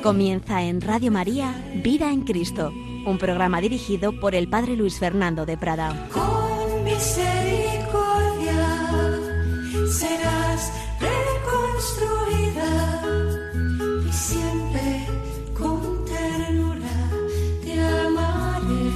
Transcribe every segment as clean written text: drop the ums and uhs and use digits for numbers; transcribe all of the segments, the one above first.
Comienza en Radio María, Vida en Cristo, un programa dirigido por el Padre Luis Fernando de Prada. Con misericordia serás reconstruida y siempre con ternura te amaré.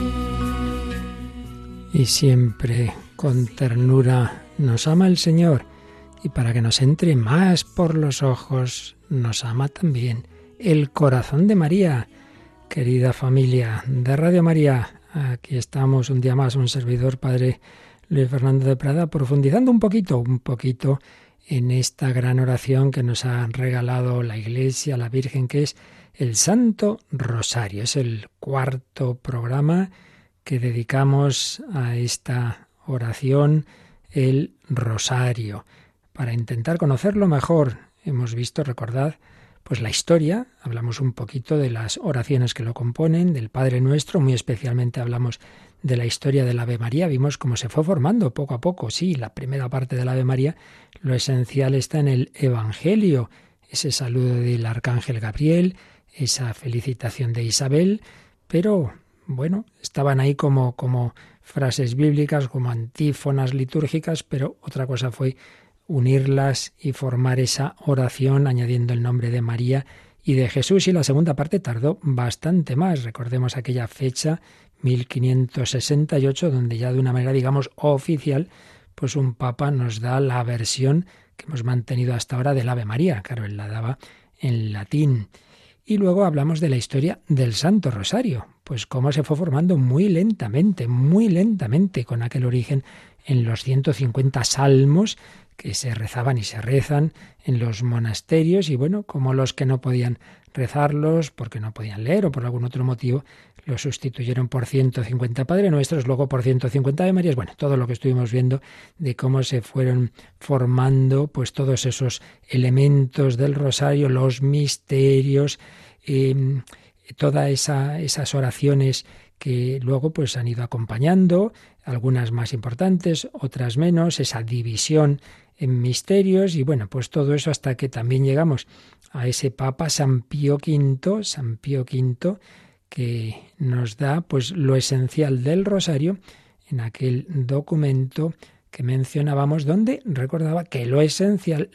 Y siempre con ternura nos ama el Señor, y para que nos entre más por los ojos, nos ama también el corazón de María. Querida familia de Radio María, aquí estamos un día más, un servidor, Padre Luis Fernando de Prada, profundizando un poquito en esta gran oración que nos ha regalado la Iglesia, la Virgen, que es el Santo Rosario. Es el cuarto programa que dedicamos a esta oración, el Rosario, para intentar conocerlo mejor. Hemos visto, recordad, pues la historia, hablamos un poquito de las oraciones que lo componen, del Padre Nuestro, muy especialmente hablamos de la historia del Ave María, vimos cómo se fue formando poco a poco. Sí, la primera parte del Ave María, lo esencial está en el Evangelio, ese saludo del Arcángel Gabriel, esa felicitación de Isabel, pero bueno, estaban ahí como frases bíblicas, como antífonas litúrgicas, pero otra cosa fue unirlas y formar esa oración añadiendo el nombre de María y de Jesús, y la segunda parte tardó bastante más. Recordemos aquella fecha, 1568, donde ya de una manera, digamos, oficial, pues un papa nos da la versión que hemos mantenido hasta ahora del Ave María. Claro, él la daba en latín. Y luego hablamos de la historia del Santo Rosario, pues cómo se fue formando muy lentamente, con aquel origen en los 150 salmos que se rezaban y se rezan en los monasterios, y bueno, como los que no podían rezarlos porque no podían leer o por algún otro motivo, los sustituyeron por 150 Padre Nuestros, luego por 150 Ave Marías. Bueno, todo lo que estuvimos viendo de cómo se fueron formando pues todos esos elementos del rosario, los misterios, todas esas oraciones que luego pues han ido acompañando, algunas más importantes, otras menos, esa división en misterios, y bueno, pues todo eso hasta que también llegamos a ese Papa San Pío V, que nos da pues lo esencial del rosario en aquel documento que mencionábamos, donde recordaba que lo esencial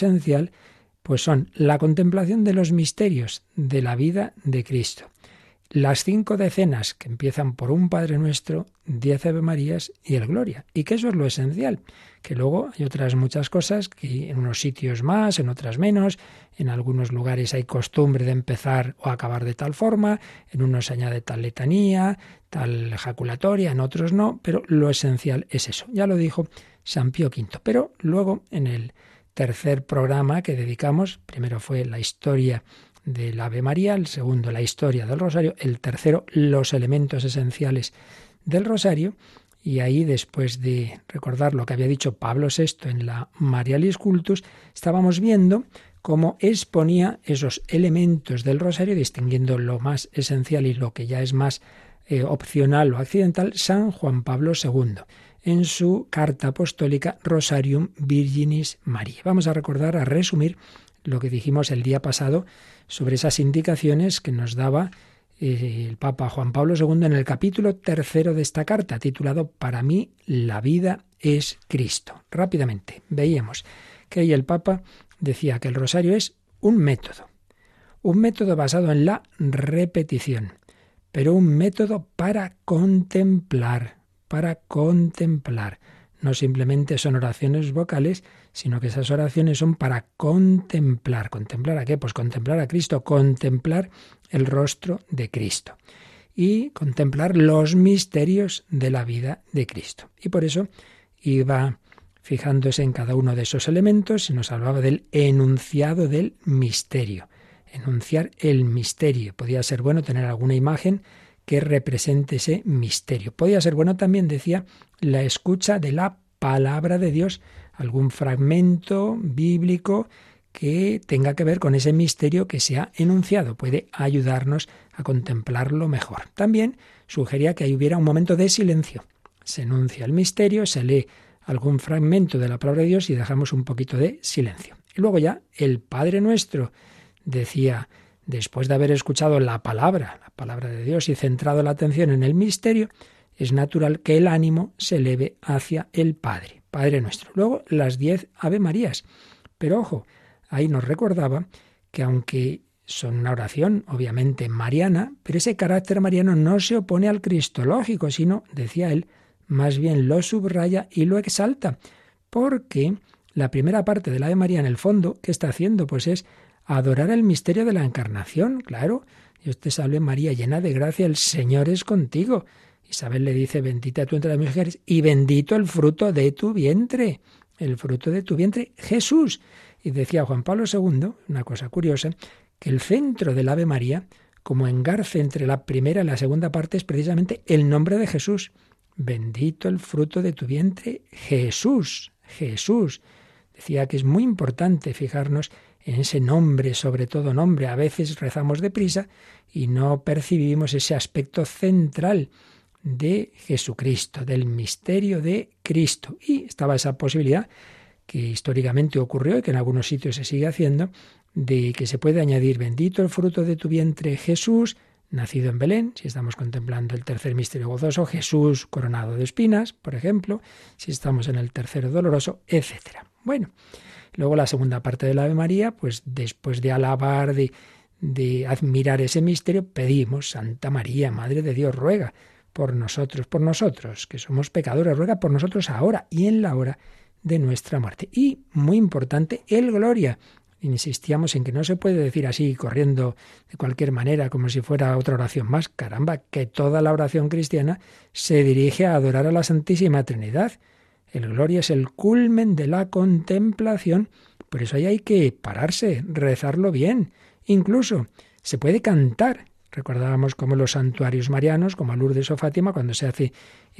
pues son la contemplación de los misterios de la vida de Cristo, las 5 decenas que empiezan por un Padre Nuestro, 10 Ave Marías y el Gloria. Y que eso es lo esencial, que luego hay otras muchas cosas que en unos sitios más, en otras menos, en algunos lugares hay costumbre de empezar o acabar de tal forma, en unos se añade tal letanía, tal ejaculatoria, en otros no, pero lo esencial es eso. Ya lo dijo San Pío V. Pero luego en el tercer programa que dedicamos, primero fue la historia del Ave María, el segundo la historia del Rosario, el tercero los elementos esenciales del Rosario, y ahí, después de recordar lo que había dicho Pablo VI en la Marialis Cultus, estábamos viendo cómo exponía esos elementos del Rosario, distinguiendo lo más esencial y lo que ya es más opcional o accidental, San Juan Pablo II, en su carta apostólica Rosarium Virginis Mariae. Vamos a recordar, a resumir lo que dijimos el día pasado sobre esas indicaciones que nos daba el Papa Juan Pablo II en el capítulo 3 de esta carta, titulado Para mí la vida es Cristo. Rápidamente, veíamos que ahí el Papa decía que el rosario es un método basado en la repetición, pero un método para contemplar. No simplemente son oraciones vocales, sino que esas oraciones son para contemplar. ¿Contemplar a qué? Pues contemplar a Cristo, contemplar el rostro de Cristo y contemplar los misterios de la vida de Cristo. Y por eso iba fijándose en cada uno de esos elementos y nos hablaba del enunciado del misterio. Enunciar el misterio. Podía ser bueno tener alguna imagen que represente ese misterio. Podía ser bueno también, decía, la escucha de la palabra de Dios, algún fragmento bíblico que tenga que ver con ese misterio que se ha enunciado. Puede ayudarnos a contemplarlo mejor. También sugería que hubiera un momento de silencio. Se enuncia el misterio, se lee algún fragmento de la palabra de Dios y dejamos un poquito de silencio. Y luego ya el Padre Nuestro, decía después de haber escuchado la palabra de Dios y centrado la atención en el misterio, es natural que el ánimo se eleve hacia el Padre, Padre nuestro. Luego las 10 Ave Marías. Pero ojo, ahí nos recordaba que aunque son una oración obviamente mariana, pero ese carácter mariano no se opone al cristológico, sino, decía él, más bien lo subraya y lo exalta, porque la primera parte del Ave María en el fondo, ¿qué está haciendo? Pues es adorar el misterio de la encarnación, claro. Dios te salve María, llena de gracia, el Señor es contigo. Isabel le dice, bendita tú entre las mujeres y bendito el fruto de tu vientre. El fruto de tu vientre, Jesús. Y decía Juan Pablo II, una cosa curiosa, que el centro del Ave María, como engarce entre la primera y la segunda parte, es precisamente el nombre de Jesús. Bendito el fruto de tu vientre, Jesús, Jesús. Decía que es muy importante fijarnos en ese nombre, sobre todo nombre. A veces rezamos deprisa y no percibimos ese aspecto central de Jesucristo, del misterio de Cristo. Y estaba esa posibilidad que históricamente ocurrió y que en algunos sitios se sigue haciendo, de que se puede añadir bendito el fruto de tu vientre Jesús, nacido en Belén, si estamos contemplando el tercer misterio gozoso, Jesús coronado de espinas, por ejemplo, si estamos en el tercero doloroso, etc. Bueno, luego la segunda parte del Ave María, pues después de alabar, de admirar ese misterio, pedimos, Santa María, Madre de Dios, ruega por nosotros, que somos pecadores, ruega por nosotros ahora y en la hora de nuestra muerte. Y, muy importante, el Gloria. Insistíamos en que no se puede decir así, corriendo de cualquier manera, como si fuera otra oración más. Caramba, que toda la oración cristiana se dirige a adorar a la Santísima Trinidad. El Gloria es el culmen de la contemplación. Por eso ahí hay que pararse, rezarlo bien. Incluso se puede cantar. Recordábamos como los santuarios marianos, como a Lourdes o Fátima, cuando se hace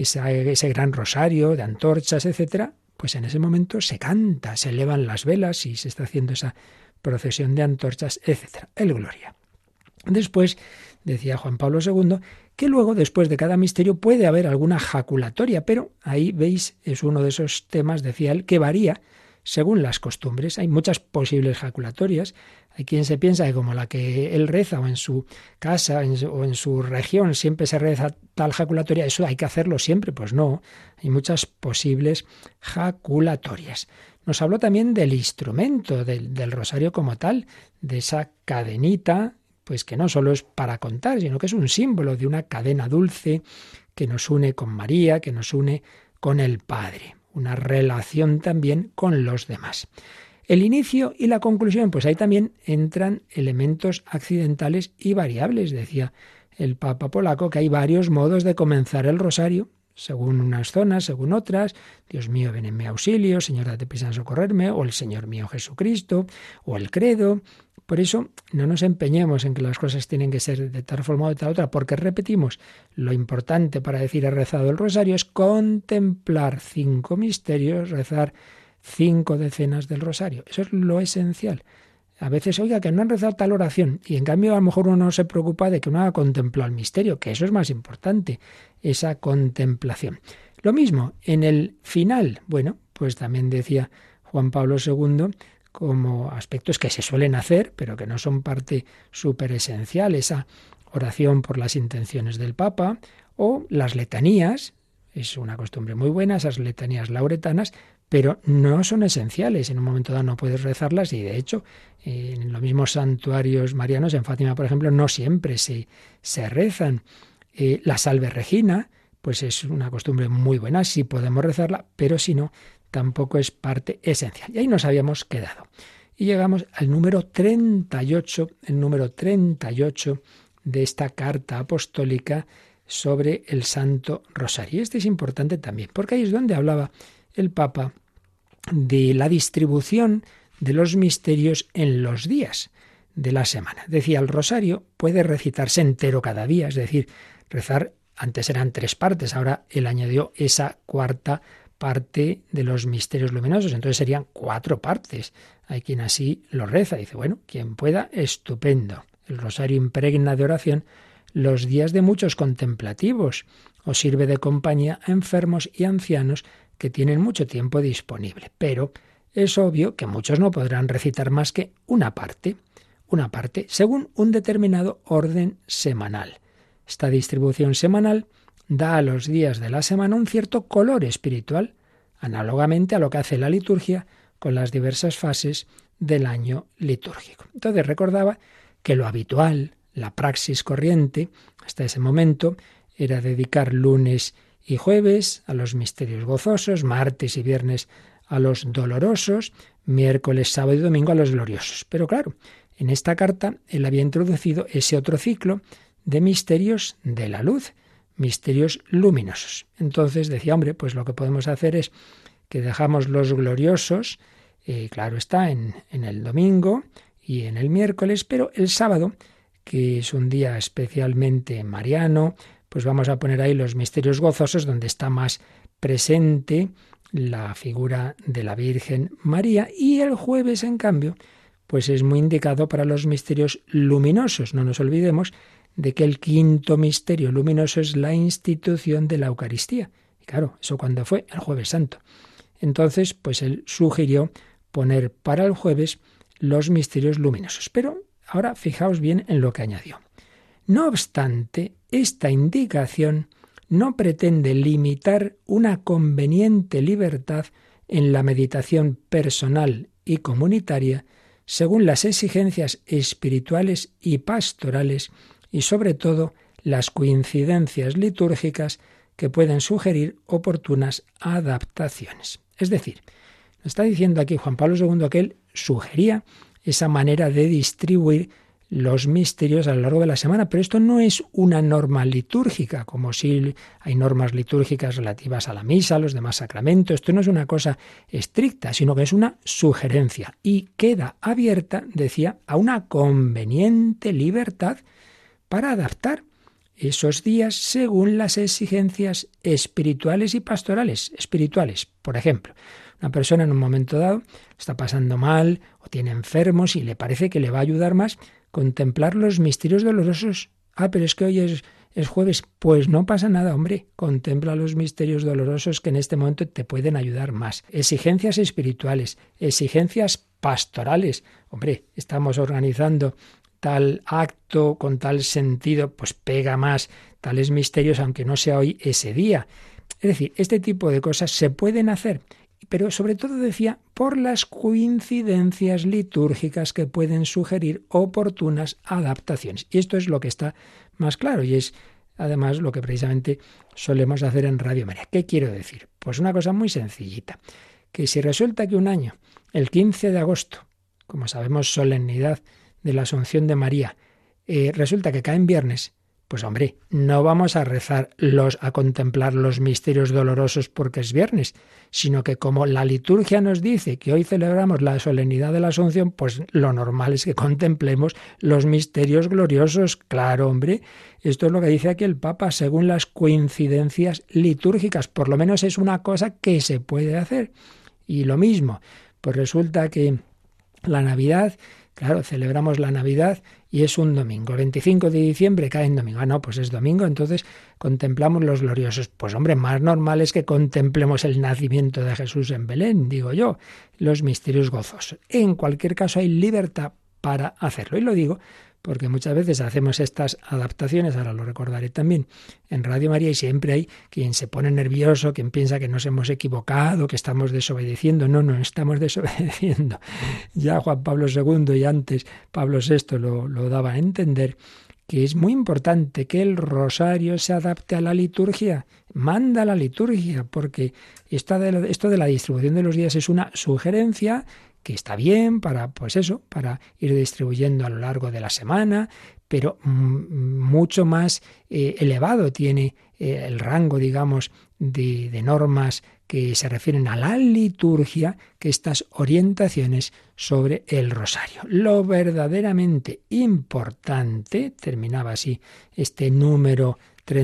ese gran rosario de antorchas, etcétera, pues en ese momento se canta, se elevan las velas y se está haciendo esa procesión de antorchas, etcétera. El Gloria. Después, decía Juan Pablo II, que luego, después de cada misterio, puede haber alguna jaculatoria, pero ahí veis, es uno de esos temas, decía él, que varía según las costumbres. Hay muchas posibles jaculatorias. Hay quien se piensa que como la que él reza o en su casa o en su región siempre se reza tal jaculatoria, eso hay que hacerlo siempre. Pues no, hay muchas posibles jaculatorias. Nos habló también del instrumento, del rosario como tal, de esa cadenita, pues que no solo es para contar, sino que es un símbolo de una cadena dulce que nos une con María, que nos une con el Padre. Una relación también con los demás. El inicio y la conclusión, pues ahí también entran elementos accidentales y variables. Decía el Papa polaco que hay varios modos de comenzar el rosario, según unas zonas, según otras. Dios mío, ven en mi auxilio, Señor, date prisa en socorrerme, o el Señor mío Jesucristo, o el credo. Por eso no nos empeñemos en que las cosas tienen que ser de tal forma o de tal otra, porque repetimos, lo importante para decir he rezado el rosario es contemplar 5 misterios, rezar 5 decenas del rosario. Eso es lo esencial. A veces, oiga, que no han rezado tal oración, y en cambio a lo mejor uno no se preocupa de que uno haya contemplado el misterio, que eso es más importante, esa contemplación. Lo mismo, en el final, bueno, pues también decía Juan Pablo II, como aspectos que se suelen hacer, pero que no son parte súper esencial, esa oración por las intenciones del Papa, o las letanías, es una costumbre muy buena, esas letanías lauretanas, pero no son esenciales. En un momento dado no puedes rezarlas y, de hecho, en los mismos santuarios marianos, en Fátima, por ejemplo, no siempre se rezan. La Salve Regina, pues es una costumbre muy buena, sí podemos rezarla, pero si no, tampoco es parte esencial. Y ahí nos habíamos quedado. Y llegamos al número 38, el número 38 de esta carta apostólica sobre el Santo Rosario. Y este es importante también, porque ahí es donde hablaba el Papa de la distribución de los misterios en los días de la semana. Decía, el rosario puede recitarse entero cada día, es decir, rezar, antes eran 3 partes, ahora él añadió esa cuarta parte de los misterios luminosos, entonces serían 4 partes. Hay quien así lo reza, dice, bueno, quien pueda, estupendo. El rosario impregna de oración los días de muchos contemplativos, o sirve de compañía a enfermos y ancianos que tienen mucho tiempo disponible. Pero es obvio que muchos no podrán recitar más que una parte una parte, según un determinado orden semanal. Esta distribución semanal da a los días de la semana un cierto color espiritual, análogamente a lo que hace la liturgia con las diversas fases del año litúrgico. Entonces recordaba que lo habitual, la praxis corriente, hasta ese momento, era dedicar lunes y jueves a los misterios gozosos, martes y viernes a los dolorosos, miércoles, sábado y domingo a los gloriosos. Pero claro, en esta carta él había introducido ese otro ciclo de misterios de la luz, misterios luminosos. Entonces decía, hombre, pues lo que podemos hacer es que dejamos los gloriosos, claro está, en el domingo y en el miércoles, pero el sábado, que es un día especialmente mariano, pues vamos a poner ahí los misterios gozosos, donde está más presente la figura de la Virgen María, y el jueves, en cambio, pues es muy indicado para los misterios luminosos. No nos olvidemos de que el quinto misterio luminoso es la institución de la Eucaristía. Y claro, eso cuando fue el Jueves Santo. Entonces, pues él sugirió poner para el jueves los misterios luminosos. Pero ahora fijaos bien en lo que añadió. No obstante, esta indicación no pretende limitar una conveniente libertad en la meditación personal y comunitaria según las exigencias espirituales y pastorales y sobre todo las coincidencias litúrgicas que pueden sugerir oportunas adaptaciones. Es decir, nos está diciendo aquí Juan Pablo II que él sugería esa manera de distribuir los misterios a lo largo de la semana, pero esto no es una norma litúrgica, como si hay normas litúrgicas relativas a la misa, a los demás sacramentos. Esto no es una cosa estricta, sino que es una sugerencia y queda abierta, decía, a una conveniente libertad para adaptar esos días según las exigencias espirituales y pastorales. Espirituales, por ejemplo, una persona en un momento dado está pasando mal o tiene enfermos y le parece que le va a ayudar más contemplar los misterios dolorosos. Pero es que hoy es jueves. Pues no pasa nada, hombre. Contempla los misterios dolorosos que en este momento te pueden ayudar más. Exigencias espirituales, exigencias pastorales. Hombre, estamos organizando tal acto con tal sentido, pues pega más tales misterios aunque no sea hoy ese día. Es decir, este tipo de cosas se pueden hacer, pero sobre todo decía por las coincidencias litúrgicas que pueden sugerir oportunas adaptaciones. Y esto es lo que está más claro y es además lo que precisamente solemos hacer en Radio María. ¿Qué quiero decir? Pues una cosa muy sencillita, que si resulta que un año, el 15 de agosto, como sabemos, solemnidad de la Asunción de María, resulta que cae en viernes, pues hombre, no vamos a rezar a contemplar los misterios dolorosos porque es viernes, sino que como la liturgia nos dice que hoy celebramos la solemnidad de la Asunción, pues lo normal es que contemplemos los misterios gloriosos. Claro, hombre, esto es lo que dice aquí el Papa, según las coincidencias litúrgicas, por lo menos es una cosa que se puede hacer. Y lo mismo, pues resulta que la Navidad, claro, celebramos la Navidad y es un domingo. El 25 de diciembre cae en domingo. No, pues es domingo, entonces contemplamos los gloriosos. Pues hombre, más normal es que contemplemos el nacimiento de Jesús en Belén, digo yo, los misterios gozosos. En cualquier caso hay libertad para hacerlo. Y lo digo porque muchas veces hacemos estas adaptaciones, ahora lo recordaré también, en Radio María, y siempre hay quien se pone nervioso, quien piensa que nos hemos equivocado, que estamos desobedeciendo. No estamos desobedeciendo. Ya Juan Pablo II y antes Pablo VI lo daba a entender, que es muy importante que el rosario se adapte a la liturgia. Manda la liturgia, porque esto de la distribución de los días es una sugerencia que está bien para ir distribuyendo a lo largo de la semana, pero mucho más elevado tiene el rango, digamos, de normas que se refieren a la liturgia que estas orientaciones sobre el rosario. Lo verdaderamente importante, terminaba así este número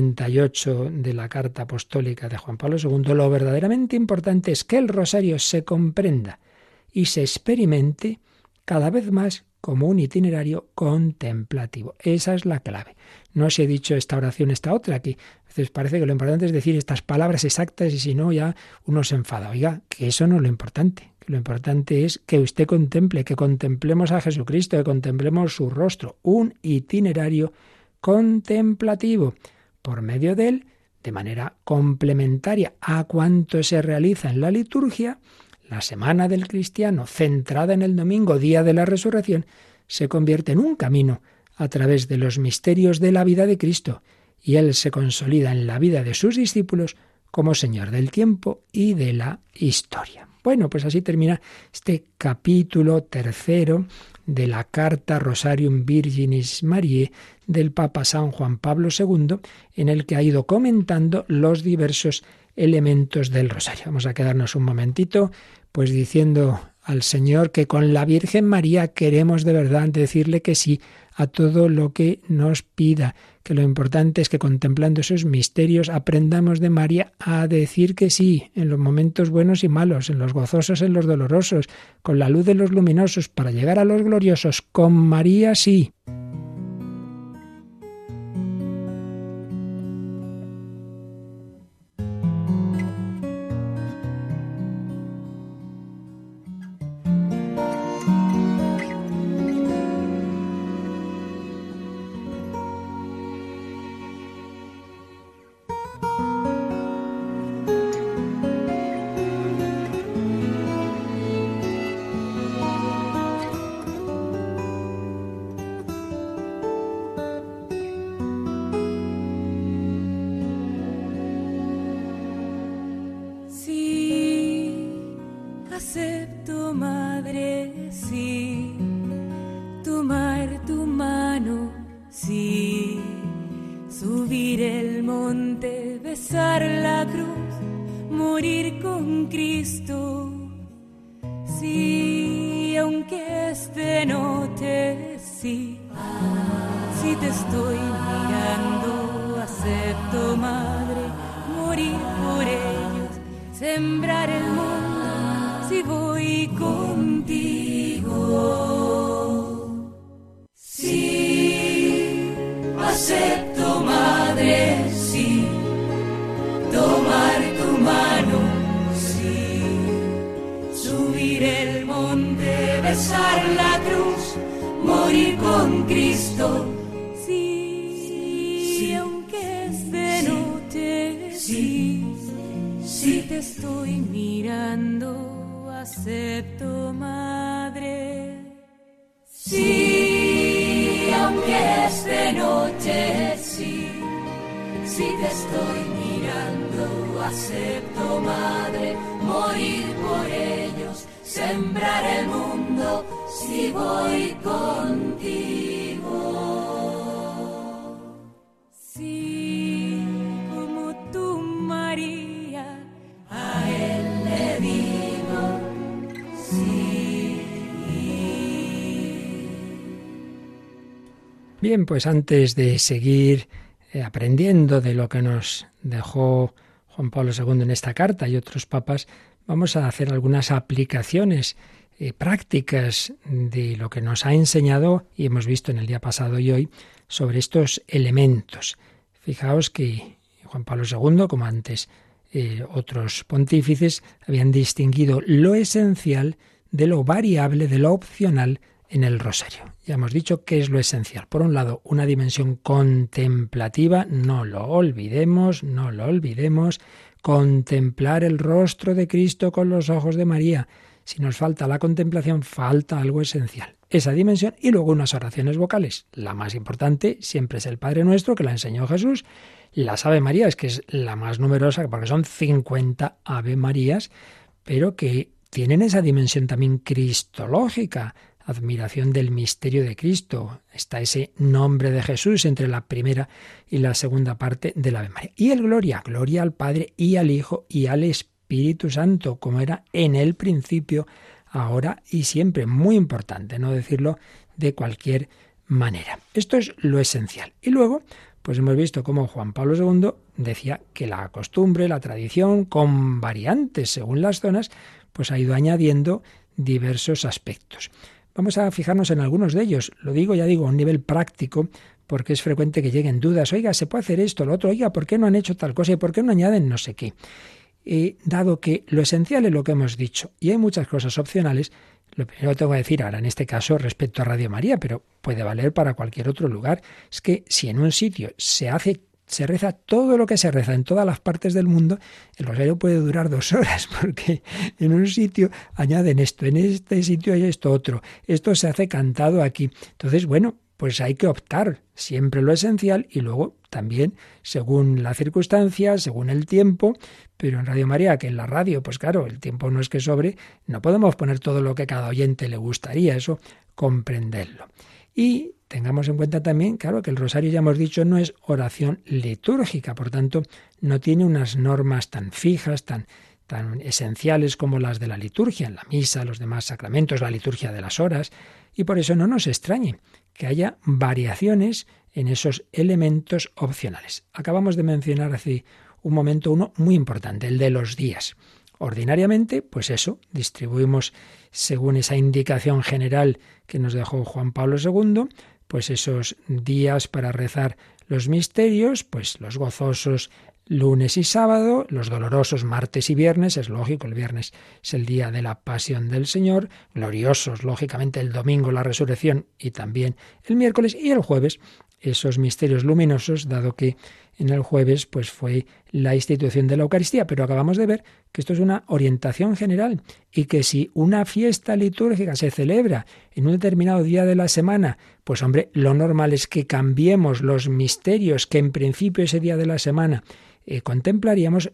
38 de la Carta Apostólica de Juan Pablo II, lo verdaderamente importante es que el rosario se comprenda y se experimente cada vez más como un itinerario contemplativo. Esa es la clave. No os he dicho esta oración, esta otra, que a veces parece que lo importante es decir estas palabras exactas y si no ya uno se enfada. Oiga, que eso no es lo importante. que lo importante es que usted contemple, que contemplemos a Jesucristo, que contemplemos su rostro, un itinerario contemplativo, por medio de él, de manera complementaria a cuanto se realiza en la liturgia. La semana del cristiano, centrada en el domingo, día de la resurrección, se convierte en un camino a través de los misterios de la vida de Cristo, y Él se consolida en la vida de sus discípulos como Señor del tiempo y de la historia. Bueno, pues así termina este capítulo 3 de la carta Rosarium Virginis Mariae del Papa San Juan Pablo II, en el que ha ido comentando los diversos elementos del rosario. Vamos a quedarnos un momentito, pues diciendo al Señor que con la Virgen María queremos de verdad decirle que sí a todo lo que nos pida, que lo importante es que contemplando esos misterios aprendamos de María a decir que sí, en los momentos buenos y malos, en los gozosos, en los dolorosos, con la luz de los luminosos, para llegar a los gloriosos. Con María sí. Acepto, madre, sí, tomar tu mano, sí, subir el monte, besar la cruz, morir con Cristo, sí, aunque de noche, sí, si te estoy mirando, acepto, madre, morir por ellos, sembrar el mundo. Si voy contigo, sí, acepto, madre, sí, tomar tu mano, sí, subir el monte, besar la cruz, morir con Cristo, sí, aunque es de noche, sí, si te estoy mirando. Acepto, madre, sí, aunque es de noche, sí, si te estoy mirando, acepto, madre, morir por ellos, sembrar el mundo, si voy contigo. Sí, como tú, María, a él le digo. Bien, pues antes de seguir aprendiendo de lo que nos dejó Juan Pablo II en esta carta y otros papas, vamos a hacer algunas aplicaciones prácticas de lo que nos ha enseñado y hemos visto en el día pasado y hoy sobre estos elementos. Fijaos que Juan Pablo II, como antes otros pontífices, habían distinguido lo esencial de lo variable, de lo opcional en el rosario. Ya hemos dicho qué es lo esencial. Por un lado, una dimensión contemplativa, no lo olvidemos, contemplar el rostro de Cristo con los ojos de María. Si nos falta la contemplación, falta algo esencial. Esa dimensión y luego unas oraciones vocales. La más importante siempre es el Padre Nuestro, que la enseñó Jesús. Las Ave Marías, que es la más numerosa, porque son 50 Ave Marías, pero que tienen esa dimensión también cristológica, admiración del misterio de Cristo. Está ese nombre de Jesús entre la primera y la segunda parte del Ave María. Y el Gloria, gloria al Padre y al Hijo y al Espíritu Santo, como era en el principio, ahora y siempre. Muy importante no decirlo de cualquier manera. Esto es lo esencial. Y luego, pues hemos visto cómo Juan Pablo II decía que la costumbre, la tradición, con variantes según las zonas, pues ha ido añadiendo diversos aspectos. Vamos a fijarnos en algunos de ellos. Lo digo, ya digo, a un nivel práctico, porque es frecuente que lleguen dudas. Oiga, ¿se puede hacer esto, lo otro? Oiga, ¿por qué no han hecho tal cosa? ¿Y por qué no añaden no sé qué? dado que lo esencial es lo que hemos dicho y hay muchas cosas opcionales, lo primero que tengo que decir ahora en este caso respecto a Radio María, pero puede valer para cualquier otro lugar, es que si en un sitio se reza todo lo que se reza en todas las partes del mundo, el rosario puede durar 2 horas, porque en un sitio añaden esto, en este sitio hay esto otro, esto se hace cantado aquí. Entonces, bueno, pues hay que optar siempre lo esencial y luego también según la circunstancia, según el tiempo, pero en Radio María, que en la radio, pues claro, el tiempo no es que sobre, no podemos poner todo lo que a cada oyente le gustaría, eso comprenderlo. Y tengamos en cuenta también, claro, que el rosario, ya hemos dicho, no es oración litúrgica, por tanto, no tiene unas normas tan fijas, tan esenciales como las de la liturgia, en la misa, los demás sacramentos, la liturgia de las horas, y por eso no nos extrañe que haya variaciones en esos elementos opcionales. Acabamos de mencionar hace un momento uno muy importante, el de los días. Ordinariamente, pues eso, distribuimos según esa indicación general que nos dejó Juan Pablo II, pues esos días para rezar los misterios, pues los gozosos lunes y sábado, los dolorosos martes y viernes, es lógico, el viernes es el día de la pasión del Señor, gloriosos, lógicamente el domingo la resurrección y también el miércoles y el jueves, esos misterios luminosos, dado que en el jueves pues fue la institución de la Eucaristía, pero acabamos de ver que esto es una orientación general y que si una fiesta litúrgica se celebra en un determinado día de la semana, pues hombre, lo normal es que cambiemos los misterios que en principio ese día de la semana contemplaríamos.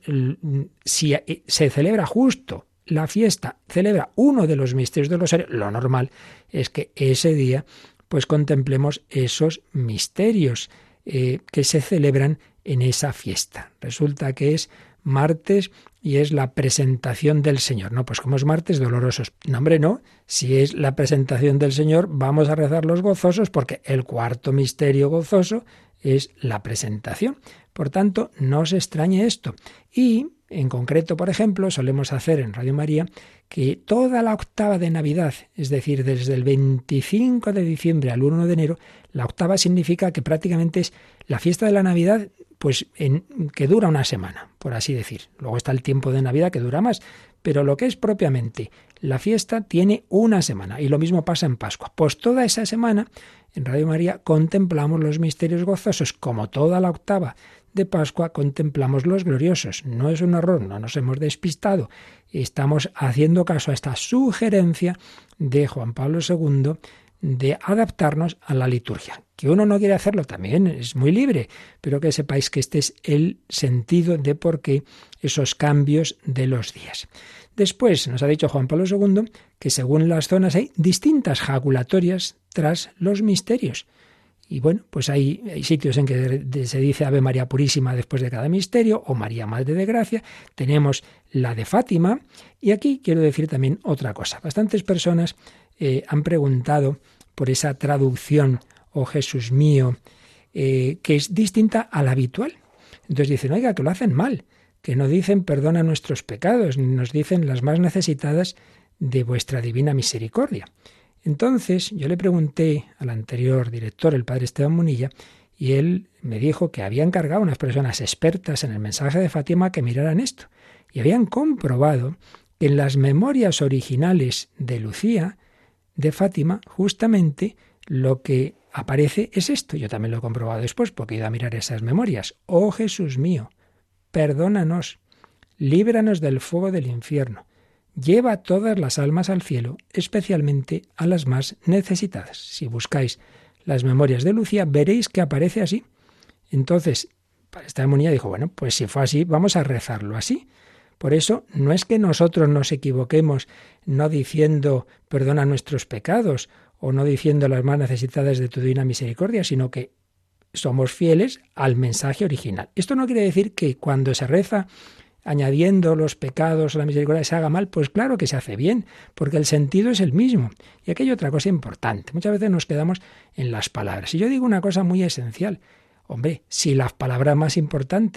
Si se celebra justo la fiesta, celebra uno de los misterios del rosario, lo normal es que ese día pues contemplemos esos misterios que se celebran en esa fiesta. Resulta que es martes y es la presentación del Señor. No, pues como es martes dolorosos. No, hombre, no. Si es la presentación del Señor, vamos a rezar los gozosos porque el cuarto misterio gozoso es la presentación. Por tanto, no os extrañe esto. Y, en concreto, por ejemplo, solemos hacer en Radio María que toda la octava de Navidad, es decir, desde el 25 de diciembre al 1 de enero, la octava significa que prácticamente es la fiesta de la Navidad, pues que dura una semana, por así decir. Luego está el tiempo de Navidad que dura más, pero lo que es propiamente la fiesta tiene una semana y lo mismo pasa en Pascua. Pues toda esa semana en Radio María contemplamos los misterios gozosos, como toda la octava de Pascua contemplamos los gloriosos. No es un error, no nos hemos despistado. Estamos haciendo caso a esta sugerencia de Juan Pablo II de adaptarnos a la liturgia. Que uno no quiere hacerlo también es muy libre, pero que sepáis que este es el sentido de por qué esos cambios de los días. Después nos ha dicho Juan Pablo II que según las zonas hay distintas jaculatorias tras los misterios. Y bueno, pues hay sitios en que se dice Ave María Purísima después de cada misterio, o María Madre de Gracia. Tenemos la de Fátima. Y aquí quiero decir también otra cosa. Bastantes personas han preguntado por esa traducción, oh Jesús mío, que es distinta a la habitual. Entonces dicen, oiga, que lo hacen mal, que no dicen perdona nuestros pecados, ni nos dicen las más necesitadas de vuestra divina misericordia. Entonces yo le pregunté al anterior director, el padre Esteban Munilla, y él me dijo que había encargado a unas personas expertas en el mensaje de Fátima que miraran esto. Y habían comprobado que en las memorias originales de Lucía, de Fátima, justamente lo que aparece es esto. Yo también lo he comprobado después porque he ido a mirar esas memorias. Oh Jesús mío, perdónanos, líbranos del fuego del infierno. Lleva todas las almas al cielo, especialmente a las más necesitadas. Si buscáis las memorias de Lucía, veréis que aparece así. Entonces, esta demonía dijo, bueno, pues si fue así, vamos a rezarlo así. Por eso, no es que nosotros nos equivoquemos no diciendo perdona nuestros pecados o no diciendo las más necesitadas de tu divina misericordia, sino que somos fieles al mensaje original. Esto no quiere decir que cuando se reza añadiendo los pecados a la misericordia se haga mal, pues claro que se hace bien, porque el sentido es el mismo. Y aquí hay otra cosa importante. Muchas veces nos quedamos en las palabras. Y yo digo una cosa muy esencial. Hombre, si las palabras más importantes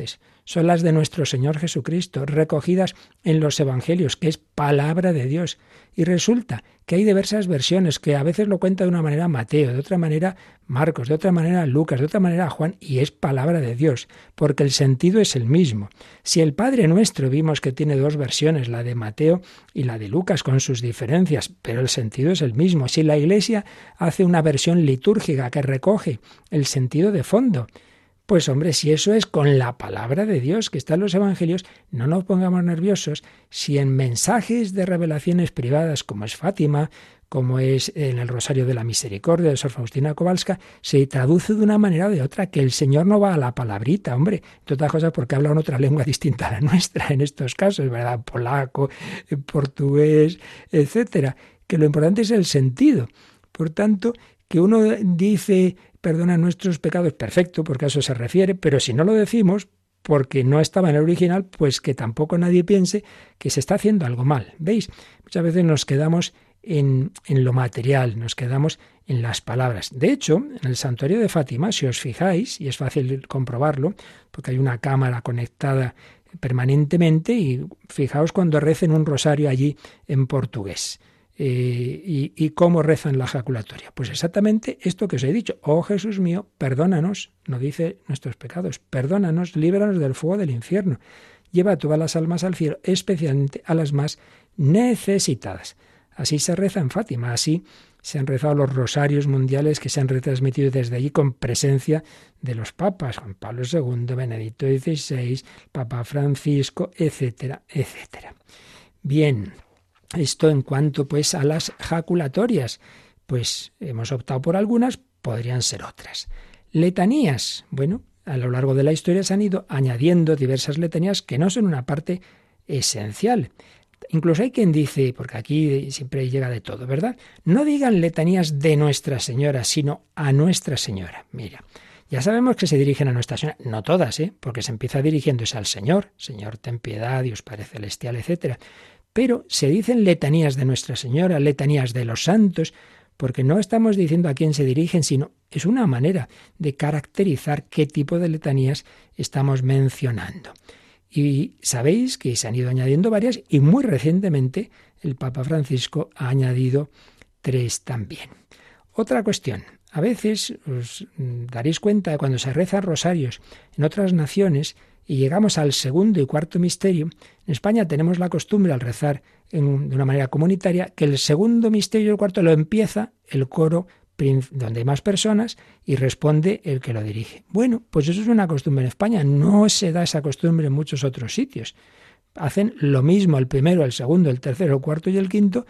son las de nuestro Señor Jesucristo, recogidas en los Evangelios, que es palabra de Dios. Y resulta que hay diversas versiones, que a veces lo cuenta de una manera Mateo, de otra manera Marcos, de otra manera Lucas, de otra manera Juan, y es palabra de Dios, porque el sentido es el mismo. Si el Padre Nuestro vimos que tiene dos versiones, la de Mateo y la de Lucas, con sus diferencias, pero el sentido es el mismo. Si la Iglesia hace una versión litúrgica que recoge el sentido de fondo, pues hombre, si eso es con la palabra de Dios que está en los Evangelios, no nos pongamos nerviosos si en mensajes de revelaciones privadas, como es Fátima, como es en el Rosario de la Misericordia de Sor Faustina Kowalska, se traduce de una manera o de otra, que el Señor no va a la palabrita, hombre, entre otras cosas porque habla en otra lengua distinta a la nuestra en estos casos, ¿verdad? Polaco, portugués, etcétera, que lo importante es el sentido. Por tanto, que uno dice perdona nuestros pecados, perfecto, porque a eso se refiere, pero si no lo decimos, porque no estaba en el original, pues que tampoco nadie piense que se está haciendo algo mal. ¿Veis? Muchas veces nos quedamos en lo material, nos quedamos en las palabras. De hecho, en el santuario de Fátima, si os fijáis, y es fácil comprobarlo, porque hay una cámara conectada permanentemente, y fijaos cuando recen un rosario allí en portugués. Y cómo rezan la ejaculatoria. Pues exactamente esto que os he dicho. Oh Jesús mío, perdónanos, no dice nuestros pecados, perdónanos, líbranos del fuego del infierno. Lleva a todas las almas al cielo, especialmente a las más necesitadas. Así se reza en Fátima, así se han rezado los rosarios mundiales que se han retransmitido desde allí con presencia de los papas, Juan Pablo II, Benedicto XVI, Papa Francisco, etcétera, etcétera. Bien. Esto en cuanto pues a las jaculatorias, pues hemos optado por algunas, podrían ser otras. Letanías, bueno, a lo largo de la historia se han ido añadiendo diversas letanías que no son una parte esencial. Incluso hay quien dice, porque aquí siempre llega de todo, ¿verdad? No digan letanías de Nuestra Señora, sino a Nuestra Señora. Mira, ya sabemos que se dirigen a Nuestra Señora, no todas, porque se empieza dirigiéndose al Señor, Señor, ten piedad, Dios Padre Celestial, etcétera. Pero se dicen letanías de Nuestra Señora, letanías de los santos, porque no estamos diciendo a quién se dirigen, sino es una manera de caracterizar qué tipo de letanías estamos mencionando. Y sabéis que se han ido añadiendo varias y muy recientemente el Papa Francisco ha añadido 3 también. Otra cuestión. A veces os daréis cuenta de cuando se rezan rosarios en otras naciones y llegamos al segundo y cuarto misterio. En España tenemos la costumbre, al rezar de una manera comunitaria, que el segundo misterio y el cuarto lo empieza el coro donde hay más personas y responde el que lo dirige. Bueno, pues eso es una costumbre en España. No se da esa costumbre en muchos otros sitios. Hacen lo mismo el primero, el segundo, el tercero, el cuarto y el quinto.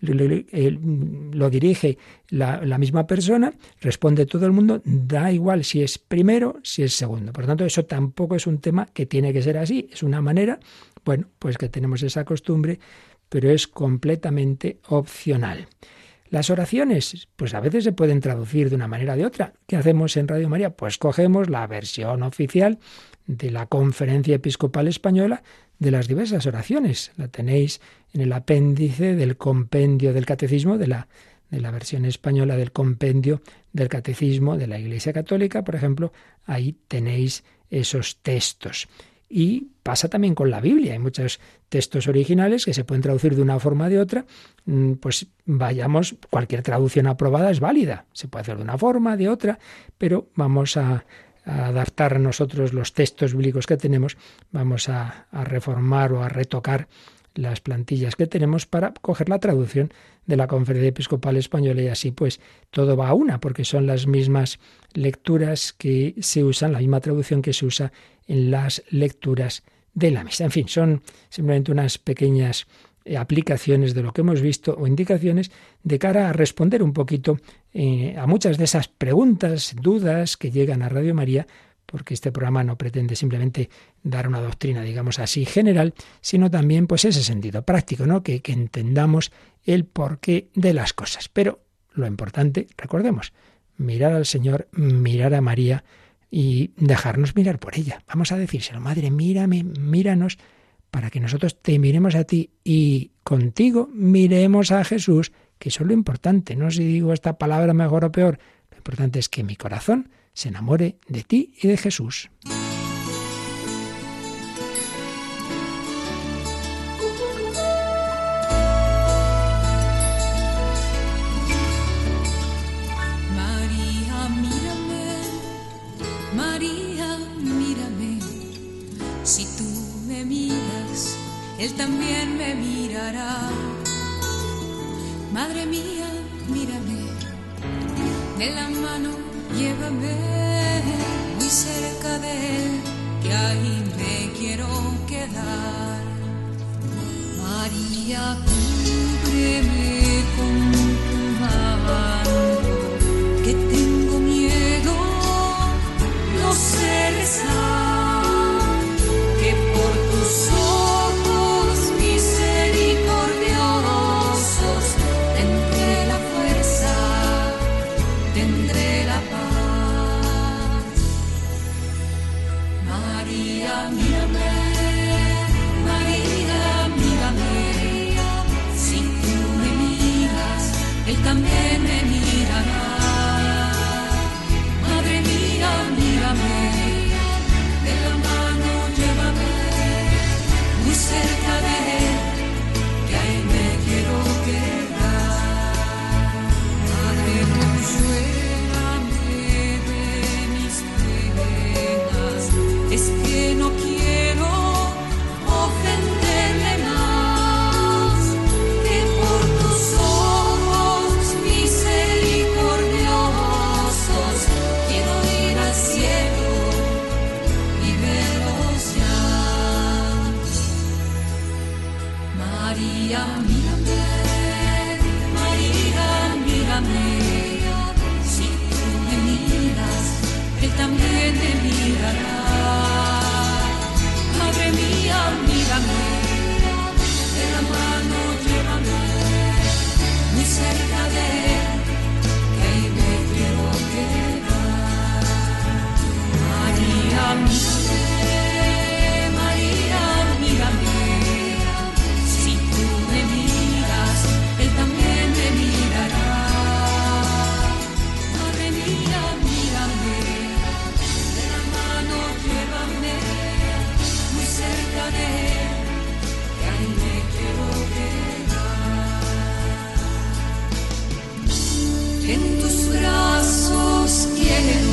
Lo dirige la misma persona, responde todo el mundo, da igual si es primero, si es segundo. Por lo tanto, eso tampoco es un tema que tiene que ser así, es una manera, bueno, pues que tenemos esa costumbre, pero es completamente opcional. Las oraciones, pues a veces se pueden traducir de una manera o de otra. ¿Qué hacemos en Radio María? Pues cogemos la versión oficial de la Conferencia Episcopal Española de las diversas oraciones. La tenéis en el apéndice del compendio del Catecismo, de la versión española del compendio del Catecismo de la Iglesia Católica, por ejemplo, ahí tenéis esos textos. Y pasa también con la Biblia. Hay muchos textos originales que se pueden traducir de una forma o de otra. Pues cualquier traducción aprobada es válida. Se puede hacer de una forma, de otra, pero vamos a adaptar nosotros los textos bíblicos que tenemos, vamos a reformar o a retocar las plantillas que tenemos para coger la traducción de la Conferencia Episcopal Española y así pues todo va a una, porque son las mismas lecturas que se usan, la misma traducción que se usa en las lecturas de la misa. En fin, son simplemente unas pequeñas aplicaciones de lo que hemos visto o indicaciones de cara a responder un poquito a muchas de esas preguntas, dudas que llegan a Radio María, porque este programa no pretende simplemente dar una doctrina, digamos así, general, sino también pues ese sentido práctico, ¿no? Que entendamos el porqué de las cosas. Pero lo importante, recordemos, mirar al Señor, mirar a María y dejarnos mirar por ella. Vamos a decírselo, Madre, mírame, míranos, para que nosotros te miremos a ti y contigo miremos a Jesús, que eso es lo importante. No si digo esta palabra mejor o peor, lo importante es que mi corazón se enamore de ti y de Jesús. tú me miras, Él también me mirará. Madre mía, mírame, de la mano llévame muy cerca de Él, que ahí me quiero quedar. María, cúbreme con tu mano, que tengo miedo, no sé rezar, que por tus ojos misericordiosos tendré la fuerza, tendré la paz. María, mírame, María, mírame, si tú me miras, Él también me mirará. Madre mía, mírame, de la mano llévame muy cerca de Él, que ahí me quiero quedar. Madre, consuélame de mis penas, es que no quiero ofenderle más, que por tus ojos misericordiosos quiero ir al cielo y verlos ya. María, mírame, María, mírame, si tú me miras, Él también me mirará. Madre mía, mírame, de la mano llévame muy cerca de Él, que ahí me quiero quedar. María, mírame, María, mírame, si tú me miras, Él también me mirará. Madre mía, mírame, de la mano llévame muy cerca de Él, que ahí me quiero quedar. En tus brazos quiero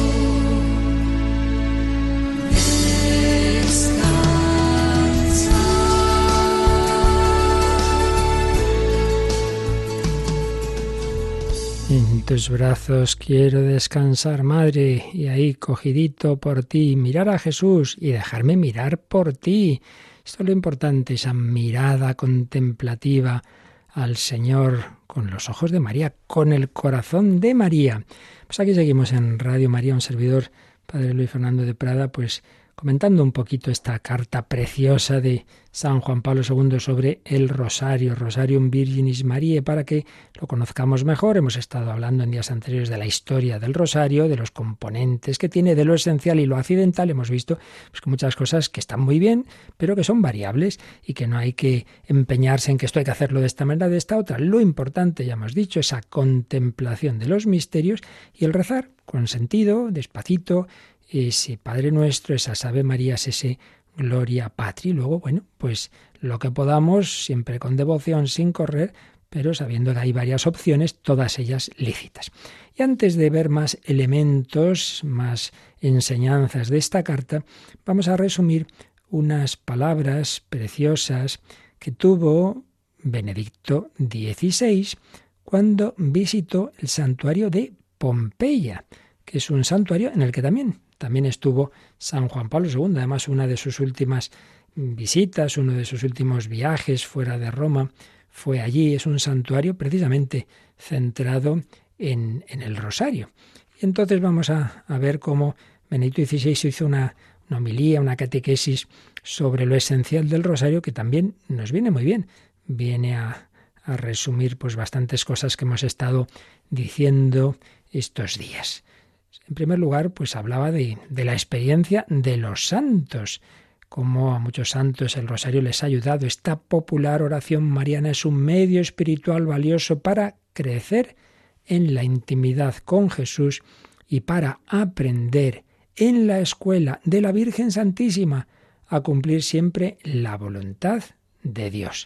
En tus brazos quiero descansar, Madre, y ahí cogidito por ti, mirar a Jesús y dejarme mirar por ti. Esto es lo importante, esa mirada contemplativa al Señor con los ojos de María, con el corazón de María. Pues aquí seguimos en Radio María, un servidor, Padre Luis Fernando de Prada, pues comentando un poquito esta carta preciosa de San Juan Pablo II sobre el rosario, Rosarium Virginis Mariae, para que lo conozcamos mejor. Hemos estado hablando en días anteriores de la historia del rosario, de los componentes que tiene, de lo esencial y lo accidental. Hemos visto pues, que muchas cosas que están muy bien, pero que son variables y que no hay que empeñarse en que esto hay que hacerlo de esta manera, de esta otra. Lo importante, ya hemos dicho, esa contemplación de los misterios y el rezar con sentido, despacito, ese Padre Nuestro, esas Ave Marías, ese Gloria Patri. Y luego, bueno, pues lo que podamos, siempre con devoción, sin correr, pero sabiendo que hay varias opciones, todas ellas lícitas. Y antes de ver más elementos, más enseñanzas de esta carta, vamos a resumir unas palabras preciosas que tuvo Benedicto XVI cuando visitó el santuario de Pompeya, que es un santuario en el que también estuvo San Juan Pablo II. Además, una de sus últimas visitas, uno de sus últimos viajes fuera de Roma, fue allí. Es un santuario precisamente centrado en el rosario. Y entonces vamos a ver cómo Benedicto XVI hizo una homilía, una catequesis sobre lo esencial del rosario, que también nos viene muy bien. Viene a resumir pues bastantes cosas que hemos estado diciendo estos días. En primer lugar, pues hablaba de la experiencia de los santos, cómo a muchos santos el rosario les ha ayudado. Esta popular oración mariana es un medio espiritual valioso para crecer en la intimidad con Jesús y para aprender en la escuela de la Virgen Santísima a cumplir siempre la voluntad de Dios.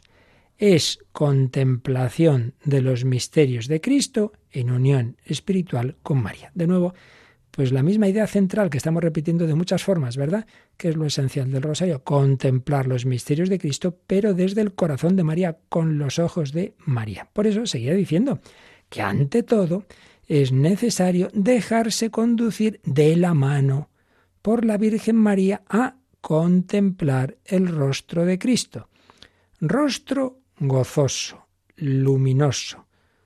Es contemplación de los misterios de Cristo en unión espiritual con María. De nuevo, Pues la misma idea central que estamos repitiendo de muchas formas, ¿verdad? Que es lo esencial del rosario, contemplar los misterios de Cristo, pero desde el corazón de María, con los ojos de María. Por eso seguía diciendo que ante todo es necesario dejarse conducir de la mano por la Virgen María a contemplar el rostro de Cristo. Rostro gozoso, luminoso,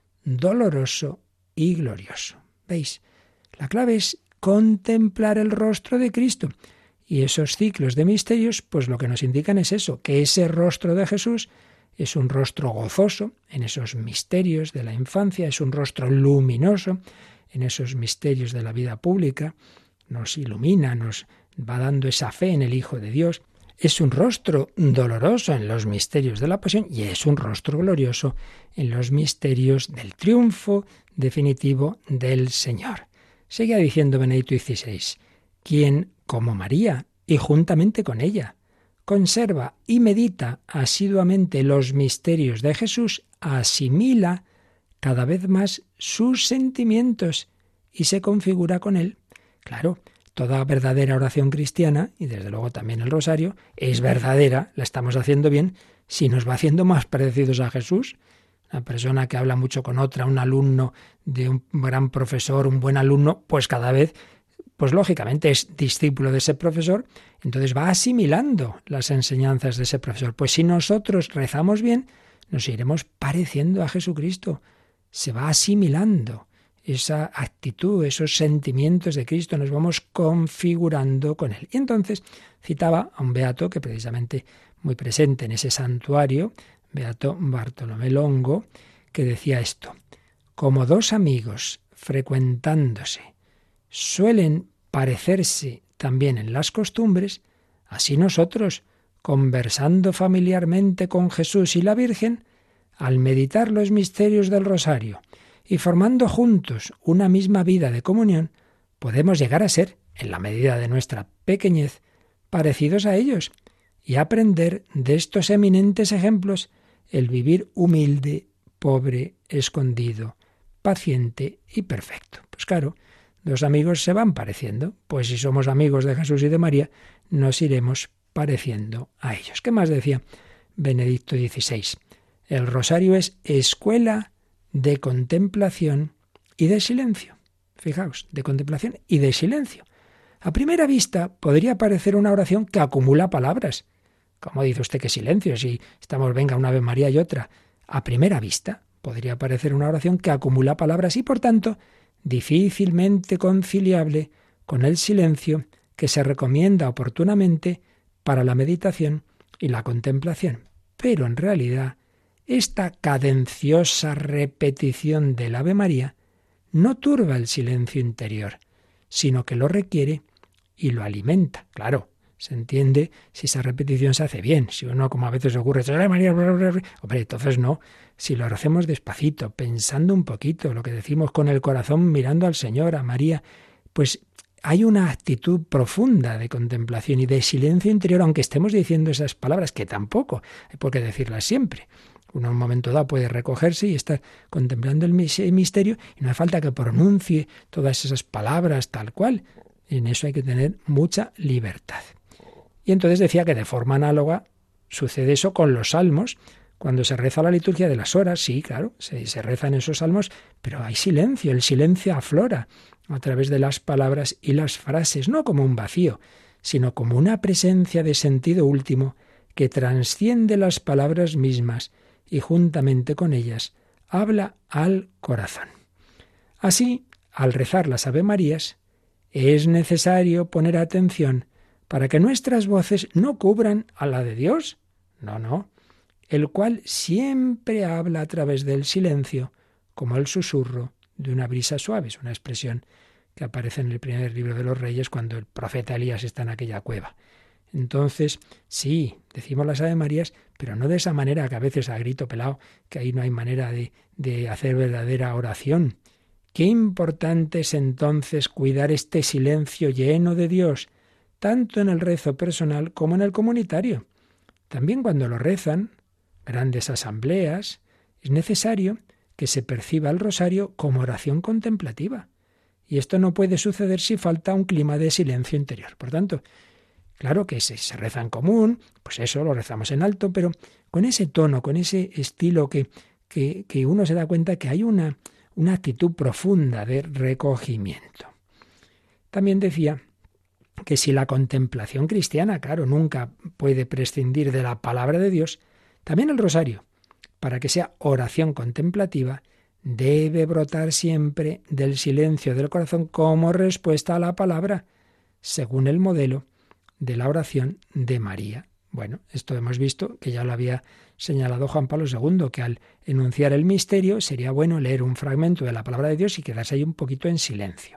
doloroso y glorioso. ¿Veis? La clave es contemplar el rostro de Cristo. Y esos ciclos de misterios, pues lo que nos indican es eso, que ese rostro de Jesús es un rostro gozoso en esos misterios de la infancia, es un rostro luminoso en esos misterios de la vida pública, nos ilumina, nos va dando esa fe en el Hijo de Dios. Es un rostro doloroso en los misterios de la pasión y es un rostro glorioso en los misterios del triunfo definitivo del Señor. Seguía diciendo Benedicto XVI, quien, como María, y juntamente con ella, conserva y medita asiduamente los misterios de Jesús, asimila cada vez más sus sentimientos y se configura con él. Claro, toda verdadera oración cristiana, y desde luego también el rosario, es verdadera, la estamos haciendo bien, si nos va haciendo más parecidos a Jesús. Una persona que habla mucho con otra, un alumno de un gran profesor, un buen alumno, pues cada vez, pues lógicamente es discípulo de ese profesor, entonces va asimilando las enseñanzas de ese profesor. Pues si nosotros rezamos bien, nos iremos pareciendo a Jesucristo. Se va asimilando esa actitud, esos sentimientos de Cristo, nos vamos configurando con Él. Y entonces citaba a un beato que precisamente muy presente en ese santuario, beato Bartolomé Longo, que decía esto: como dos amigos frecuentándose suelen parecerse también en las costumbres, así nosotros, conversando familiarmente con Jesús y la Virgen, al meditar los misterios del rosario y formando juntos una misma vida de comunión, podemos llegar a ser, en la medida de nuestra pequeñez, parecidos a ellos y aprender de estos eminentes ejemplos el vivir humilde, pobre, escondido, paciente y perfecto. Pues claro, dos amigos se van pareciendo, pues si somos amigos de Jesús y de María, nos iremos pareciendo a ellos. ¿Qué más decía Benedicto XVI? El rosario es escuela de contemplación y de silencio. Fijaos, de contemplación y de silencio. A primera vista podría parecer una oración que acumula palabras. ¿Cómo dice usted que silencio? Si estamos, venga, una Ave María y otra. A primera vista podría parecer una oración que acumula palabras y, por tanto, difícilmente conciliable con el silencio que se recomienda oportunamente para la meditación y la contemplación. Pero en realidad, esta cadenciosa repetición del Ave María no turba el silencio interior, sino que lo requiere y lo alimenta. Claro, se entiende si esa repetición se hace bien. Si uno, como a veces ocurre, ¡Ave María! Hombre, entonces no. Si lo hacemos despacito, pensando un poquito, lo que decimos con el corazón, mirando al Señor, a María, pues hay una actitud profunda de contemplación y de silencio interior, aunque estemos diciendo esas palabras, que tampoco hay por qué decirlas siempre. Uno en un momento dado puede recogerse y estar contemplando el misterio y no hace falta que pronuncie todas esas palabras tal cual. En eso hay que tener mucha libertad. Y entonces decía que de forma análoga sucede eso con los salmos. Cuando se reza la liturgia de las horas, sí, claro, se rezan esos salmos, pero hay silencio, el silencio aflora a través de las palabras y las frases, no como un vacío, sino como una presencia de sentido último que trasciende las palabras mismas y juntamente con ellas habla al corazón. Así, al rezar las Ave Marías, es necesario poner atención para que nuestras voces no cubran a la de Dios, no, el cual siempre habla a través del silencio, como el susurro de una brisa suave. Es una expresión que aparece en el primer libro de los Reyes cuando el profeta Elías está en aquella cueva. Entonces, sí, decimos las Ave Marías, pero no de esa manera que a veces a grito pelado, que ahí no hay manera de hacer verdadera oración. Qué importante es entonces cuidar este silencio lleno de Dios, tanto en el rezo personal como en el comunitario. También cuando lo rezan grandes asambleas, es necesario que se perciba el rosario como oración contemplativa. Y esto no puede suceder si falta un clima de silencio interior. Por tanto, claro que si se reza en común, pues eso lo rezamos en alto, pero con ese tono, con ese estilo que uno se da cuenta que hay una actitud profunda de recogimiento. También decía que si la contemplación cristiana, claro, nunca puede prescindir de la palabra de Dios, también el rosario, para que sea oración contemplativa, debe brotar siempre del silencio del corazón como respuesta a la palabra, según el modelo de la oración de María. Bueno, esto hemos visto que ya lo había señalado Juan Pablo II, que al enunciar el misterio sería bueno leer un fragmento de la palabra de Dios y quedarse ahí un poquito en silencio.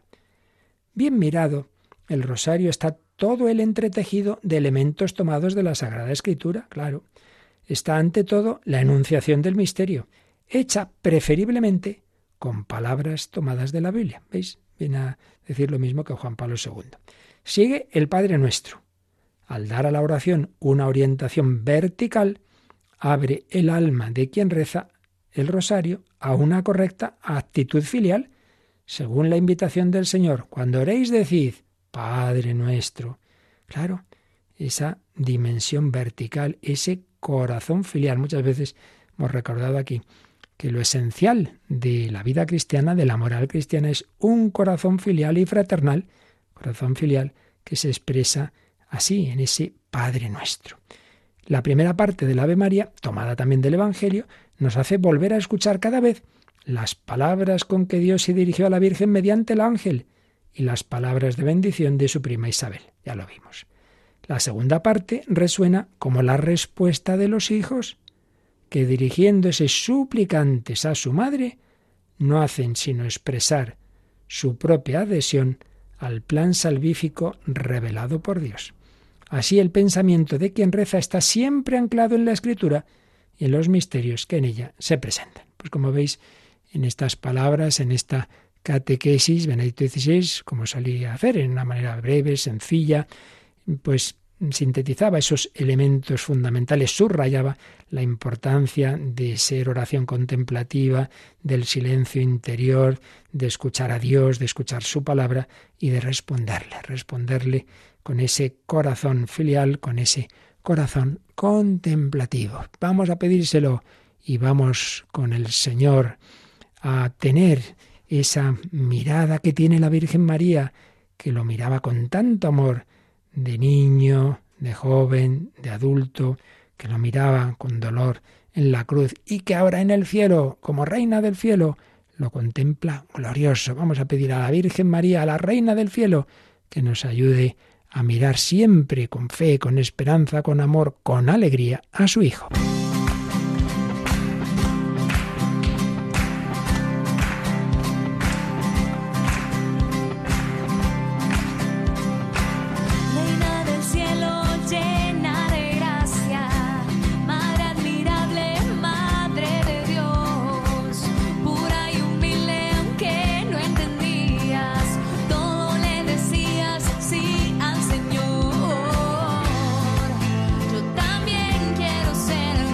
Bien mirado, el rosario está todo el entretejido de elementos tomados de la Sagrada Escritura, claro. Está ante todo la enunciación del misterio, hecha preferiblemente con palabras tomadas de la Biblia. ¿Veis? Viene a decir lo mismo que Juan Pablo II. Sigue el Padre Nuestro. Al dar a la oración una orientación vertical, abre el alma de quien reza el rosario a una correcta actitud filial, según la invitación del Señor. Cuando oréis, decid, Padre Nuestro. Claro, esa dimensión vertical, ese corazón filial. Muchas veces hemos recordado aquí que lo esencial de la vida cristiana, de la moral cristiana, es un corazón filial y fraternal, corazón filial que se expresa así, en ese Padre Nuestro. La primera parte del Ave María, tomada también del Evangelio, nos hace volver a escuchar cada vez las palabras con que Dios se dirigió a la Virgen mediante el ángel y las palabras de bendición de su prima Isabel. Ya lo vimos. La segunda parte resuena como la respuesta de los hijos, que dirigiéndose suplicantes a su madre, no hacen sino expresar su propia adhesión al plan salvífico revelado por Dios. Así el pensamiento de quien reza está siempre anclado en la Escritura y en los misterios que en ella se presentan. Pues como veis, en estas palabras, en esta catequesis, Benedicto XVI, como solía hacer, en una manera breve, sencilla, pues sintetizaba esos elementos fundamentales, subrayaba la importancia de ser oración contemplativa, del silencio interior, de escuchar a Dios, de escuchar su palabra y de responderle con ese corazón filial, con ese corazón contemplativo. Vamos a pedírselo y vamos con el Señor a tener esa mirada que tiene la Virgen María, que lo miraba con tanto amor, de niño, de joven, de adulto, que lo miraba con dolor en la cruz y que ahora en el cielo, como reina del cielo, lo contempla glorioso. Vamos a pedir a la Virgen María, a la reina del cielo, que nos ayude a mirar siempre con fe, con esperanza, con amor, con alegría a su Hijo. Yo también quiero ser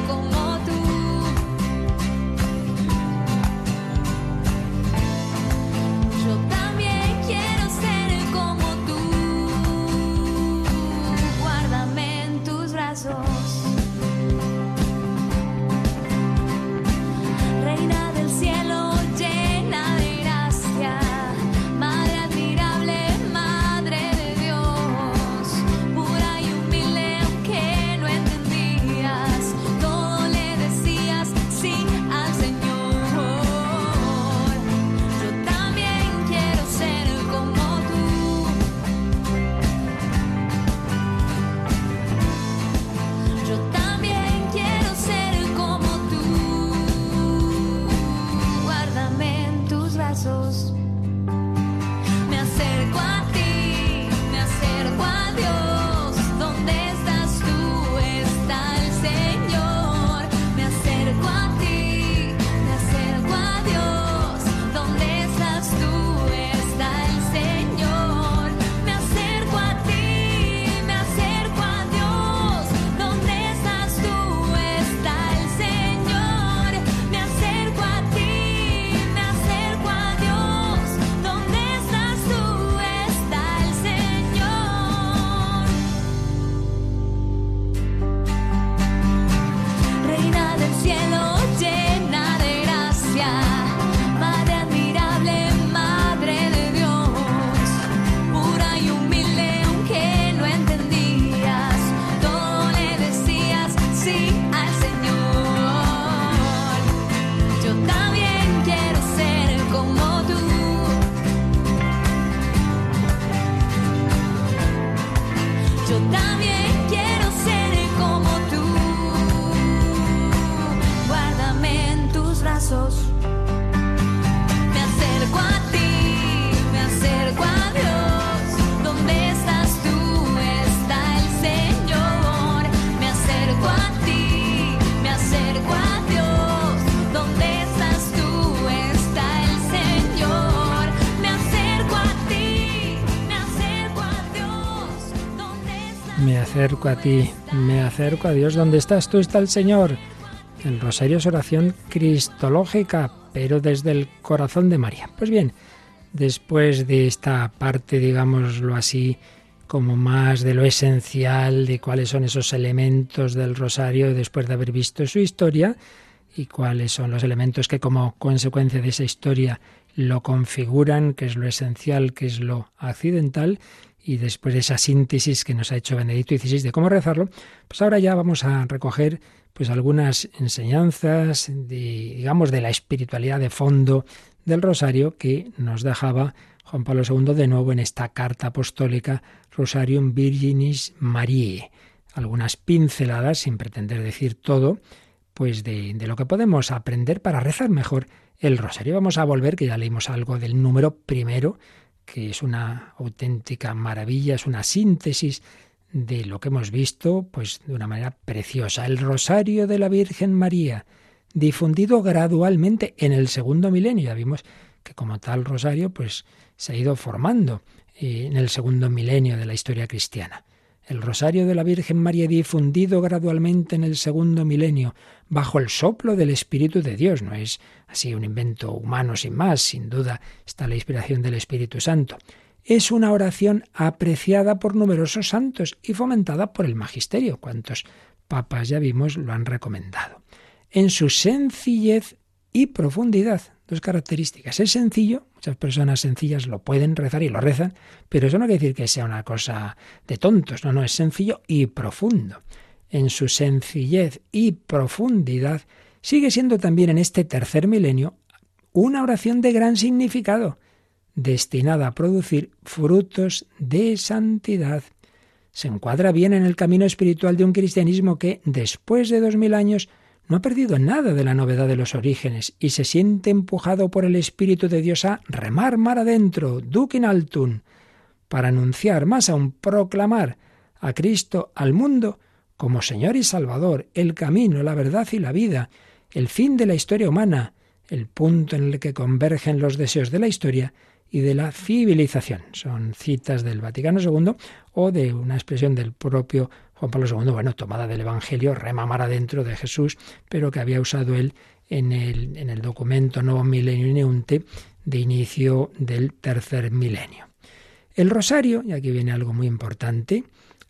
acerco a ti, me acerco a Dios. ¿Dónde estás? Tú está el Señor. El rosario es oración cristológica, pero desde el corazón de María. Pues bien, después de esta parte, digámoslo así, como más de lo esencial, de cuáles son esos elementos del rosario, después de haber visto su historia, y cuáles son los elementos que como consecuencia de esa historia lo configuran, qué es lo esencial, qué es lo accidental, y después de esa síntesis que nos ha hecho Benedicto XVI de cómo rezarlo, pues ahora ya vamos a recoger pues algunas enseñanzas digamos de la espiritualidad de fondo del rosario que nos dejaba Juan Pablo II de nuevo en esta carta apostólica Rosarium Virginis Mariae. Algunas pinceladas, sin pretender decir todo, pues de lo que podemos aprender para rezar mejor el rosario. Vamos a volver, que ya leímos algo del número primero, que es una auténtica maravilla, es una síntesis de lo que hemos visto, pues de una manera preciosa. El rosario de la Virgen María, difundido gradualmente en el segundo milenio. Ya vimos que como tal rosario, pues se ha ido formando en el segundo milenio de la historia cristiana. El rosario de la Virgen María difundido gradualmente en el segundo milenio, bajo el soplo del Espíritu de Dios. No es así un invento humano sin más, sin duda está la inspiración del Espíritu Santo. Es una oración apreciada por numerosos santos y fomentada por el magisterio. Cuantos papas ya vimos lo han recomendado. En su sencillez y profundidad, dos características. Es sencillo, muchas personas sencillas lo pueden rezar y lo rezan, pero eso no quiere decir que sea una cosa de tontos, no, es sencillo y profundo. En su sencillez y profundidad sigue siendo también en este tercer milenio una oración de gran significado, destinada a producir frutos de santidad. Se encuadra bien en el camino espiritual de un cristianismo que, después de 2000 años, no ha perdido nada de la novedad de los orígenes y se siente empujado por el Espíritu de Dios a remar mar adentro, duc in altum, para anunciar, más aún proclamar a Cristo al mundo como Señor y Salvador, el camino, la verdad y la vida, el fin de la historia humana, el punto en el que convergen los deseos de la historia y de la civilización. Son citas del Vaticano II o de una expresión del propio Juan Pablo II, tomada del Evangelio, remamar adentro de Jesús, pero que había usado él en el documento Novum Millennium Ineunte de inicio del tercer milenio. El rosario, y aquí viene algo muy importante,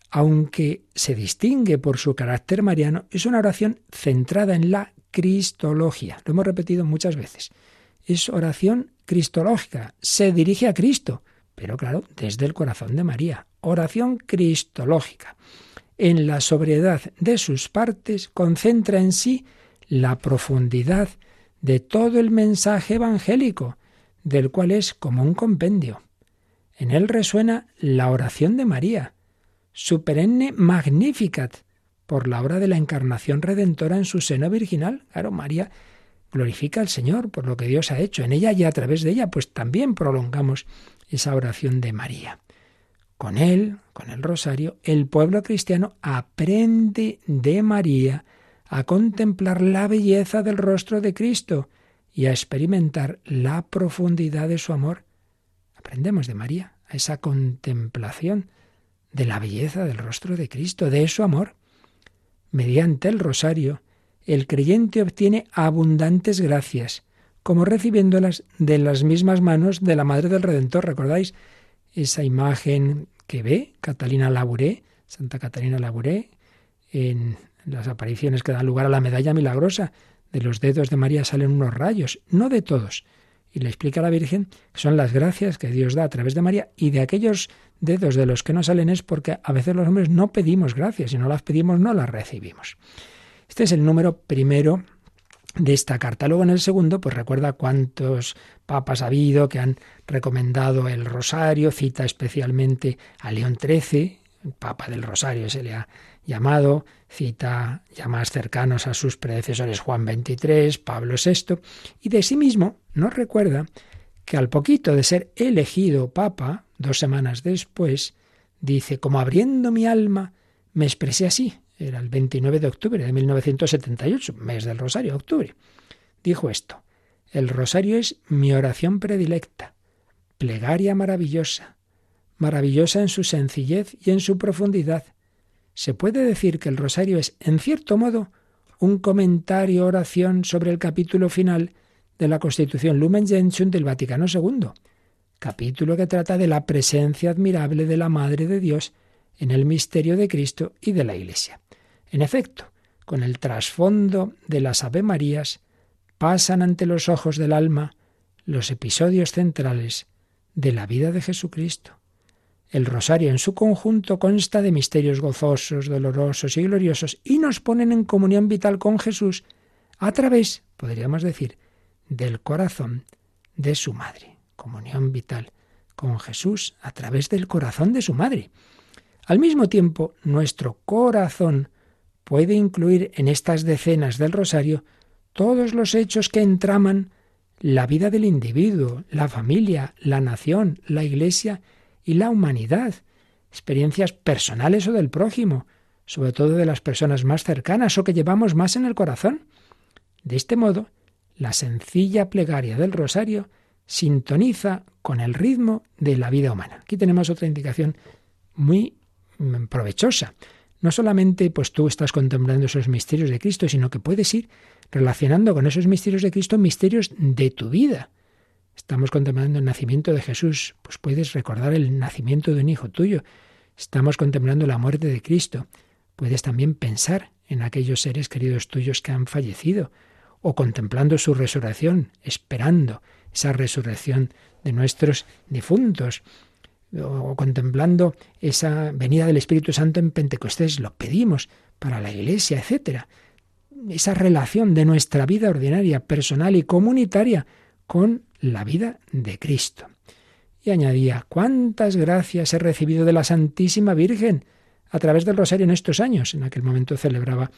aunque se distingue por su carácter mariano, es una oración centrada en la cristología. Lo hemos repetido muchas veces. Es oración cristológica, se dirige a Cristo, pero claro, desde el corazón de María. Oración cristológica. En la sobriedad de sus partes concentra en sí la profundidad de todo el mensaje evangélico, del cual es como un compendio. En él resuena la oración de María, su perenne Magnificat, por la obra de la encarnación redentora en su seno virginal. Claro, María glorifica al Señor por lo que Dios ha hecho en ella y a través de ella, pues también prolongamos esa oración de María. Con él, con el rosario, el pueblo cristiano aprende de María a contemplar la belleza del rostro de Cristo y a experimentar la profundidad de su amor. Aprendemos de María a esa contemplación de la belleza del rostro de Cristo, de su amor. Mediante el rosario, el creyente obtiene abundantes gracias, como recibiéndolas de las mismas manos de la Madre del Redentor. ¿Recordáis esa imagen que ve Catalina Labouré, Santa Catalina Labouré, en las apariciones que dan lugar a la medalla milagrosa? De los dedos de María salen unos rayos, no de todos. Y le explica a la Virgen que son las gracias que Dios da a través de María, y de aquellos dedos de los que no salen es porque a veces los hombres no pedimos gracias, y no las pedimos, no las recibimos. Este es el número primero de esta carta. Luego en el segundo, pues recuerda cuántos papas ha habido que han recomendado el rosario, cita especialmente a León XIII, el Papa del Rosario se le ha llamado, cita ya más cercanos a sus predecesores Juan XXIII, Pablo VI, y de sí mismo nos recuerda que al poquito de ser elegido Papa, 2 semanas después, dice, como abriendo mi alma, me expresé así. Era el 29 de octubre de 1978, mes del Rosario, octubre. Dijo esto: el Rosario es mi oración predilecta, plegaria maravillosa, maravillosa en su sencillez y en su profundidad. Se puede decir que el rosario es, en cierto modo, un comentario, oración sobre el capítulo final de la Constitución Lumen Gentium del Vaticano II, capítulo que trata de la presencia admirable de la Madre de Dios en el misterio de Cristo y de la Iglesia. En efecto, con el trasfondo de las Ave Marías, pasan ante los ojos del alma los episodios centrales de la vida de Jesucristo. El rosario en su conjunto consta de misterios gozosos, dolorosos y gloriosos y nos ponen en comunión vital con Jesús a través, podríamos decir, del corazón de su madre. Comunión vital con Jesús a través del corazón de su madre. Al mismo tiempo, nuestro corazón puede incluir en estas decenas del rosario todos los hechos que entraman la vida del individuo, la familia, la nación, la Iglesia y la humanidad, experiencias personales o del prójimo, sobre todo de las personas más cercanas o que llevamos más en el corazón. De este modo, la sencilla plegaria del rosario sintoniza con el ritmo de la vida humana. Aquí tenemos otra indicación muy provechosa. No solamente pues tú estás contemplando esos misterios de Cristo, sino que puedes ir relacionando con esos misterios de Cristo misterios de tu vida. Estamos contemplando el nacimiento de Jesús, pues puedes recordar el nacimiento de un hijo tuyo. Estamos contemplando la muerte de Cristo. Puedes también pensar en aquellos seres queridos tuyos que han fallecido, o contemplando su resurrección, esperando esa resurrección de nuestros difuntos, o contemplando esa venida del Espíritu Santo en Pentecostés. Lo pedimos para la Iglesia, etcétera. Esa relación de nuestra vida ordinaria, personal y comunitaria con la vida de Cristo. Y añadía, cuántas gracias he recibido de la Santísima Virgen a través del rosario en estos años. En aquel momento celebraba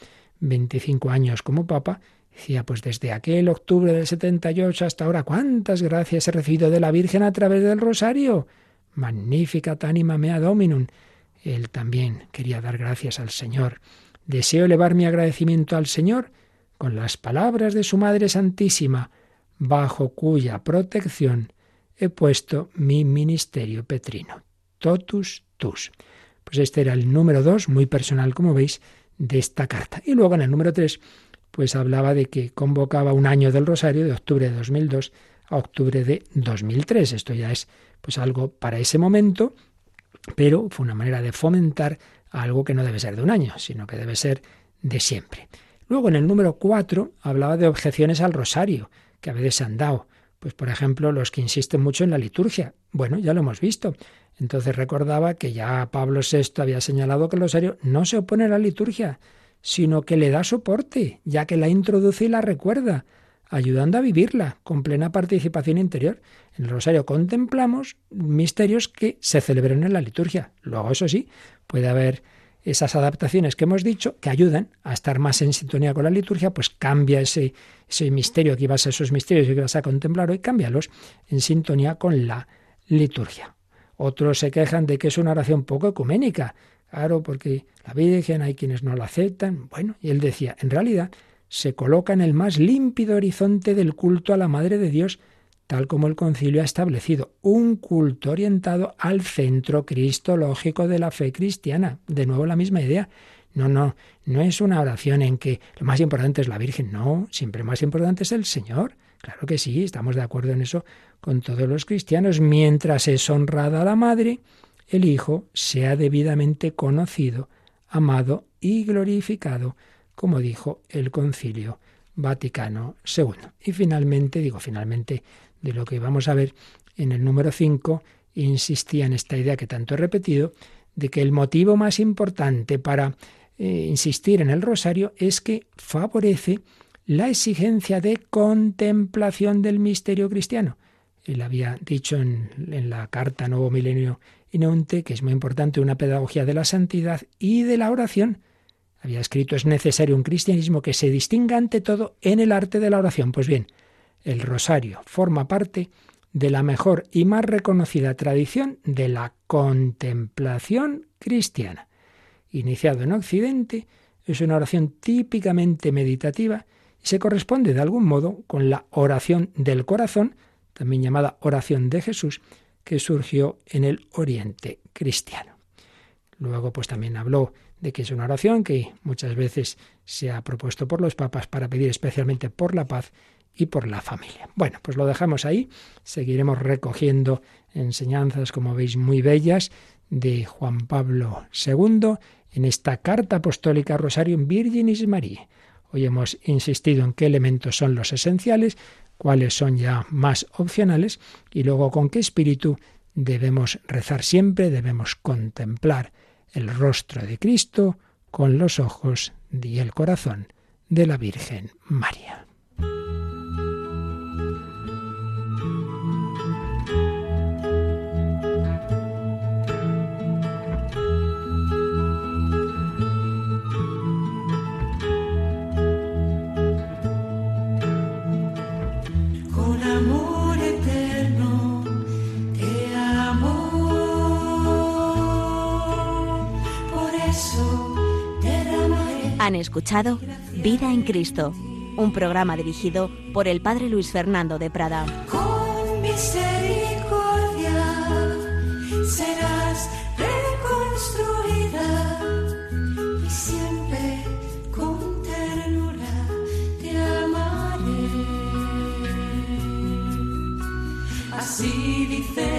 25 años como Papa. Decía, pues desde aquel octubre del 78 hasta ahora, cuántas gracias he recibido de la Virgen a través del rosario. Magnificat anima mea Dominum. Él también quería dar gracias al Señor. Deseo elevar mi agradecimiento al Señor con las palabras de su Madre Santísima, bajo cuya protección he puesto mi ministerio petrino. Totus tus. Pues este era el número 2, muy personal, como veis, de esta carta. Y luego en el número 3, pues hablaba de que convocaba un año del Rosario, de octubre de 2002 a octubre de 2003. Esto ya es pues algo para ese momento, pero fue una manera de fomentar algo que no debe ser de un año, sino que debe ser de siempre. Luego en el número 4 hablaba de objeciones al Rosario, que a veces se han dado. Pues por ejemplo, los que insisten mucho en la liturgia. Bueno, ya lo hemos visto. Entonces recordaba que ya Pablo VI había señalado que el rosario no se opone a la liturgia, sino que le da soporte, ya que la introduce y la recuerda, ayudando a vivirla con plena participación interior. En el rosario contemplamos misterios que se celebran en la liturgia. Luego, eso sí, puede haber esas adaptaciones que hemos dicho que ayudan a estar más en sintonía con la liturgia, pues cambia ese misterio que ibas a esos misterios que ibas a contemplar hoy, cámbialos en sintonía con la liturgia. Otros se quejan de que es una oración poco ecuménica, claro, porque la Virgen hay quienes no la aceptan. Bueno, y él decía, en realidad se coloca en el más límpido horizonte del culto a la Madre de Dios, tal como el Concilio ha establecido, un culto orientado al centro cristológico de la fe cristiana. De nuevo la misma idea. No es una oración en que lo más importante es la Virgen. No, siempre más importante es el Señor. Claro que sí, estamos de acuerdo en eso con todos los cristianos. Mientras es honrada la Madre, el Hijo sea debidamente conocido, amado y glorificado, como dijo el Concilio Vaticano II. Y finalmente, de lo que vamos a ver en el número 5, insistía en esta idea que tanto he repetido, de que el motivo más importante para insistir en el rosario es que favorece la exigencia de contemplación del misterio cristiano. Él había dicho en la carta Nuevo Milenio Ineunte que es muy importante una pedagogía de la santidad y de la oración. Había escrito, es necesario un cristianismo que se distinga ante todo en el arte de la oración. Pues bien, el rosario forma parte de la mejor y más reconocida tradición de la contemplación cristiana. Iniciado en Occidente, es una oración típicamente meditativa y se corresponde de algún modo con la oración del corazón, también llamada oración de Jesús, que surgió en el Oriente cristiano. Luego pues también habló de que es una oración que muchas veces se ha propuesto por los papas para pedir especialmente por la paz y por la familia. Bueno, pues lo dejamos ahí, seguiremos recogiendo enseñanzas, como veis, muy bellas de Juan Pablo II en esta carta apostólica Rosarium Virginis Mariae. Hoy hemos insistido en qué elementos son los esenciales, cuáles son ya más opcionales y luego con qué espíritu debemos rezar siempre, debemos contemplar el rostro de Cristo con los ojos y el corazón de la Virgen María. Han escuchado Vida en Cristo, un programa dirigido por el Padre Luis Fernando de Prada. Con misericordia serás reconstruida y siempre con ternura te amaré. Así dice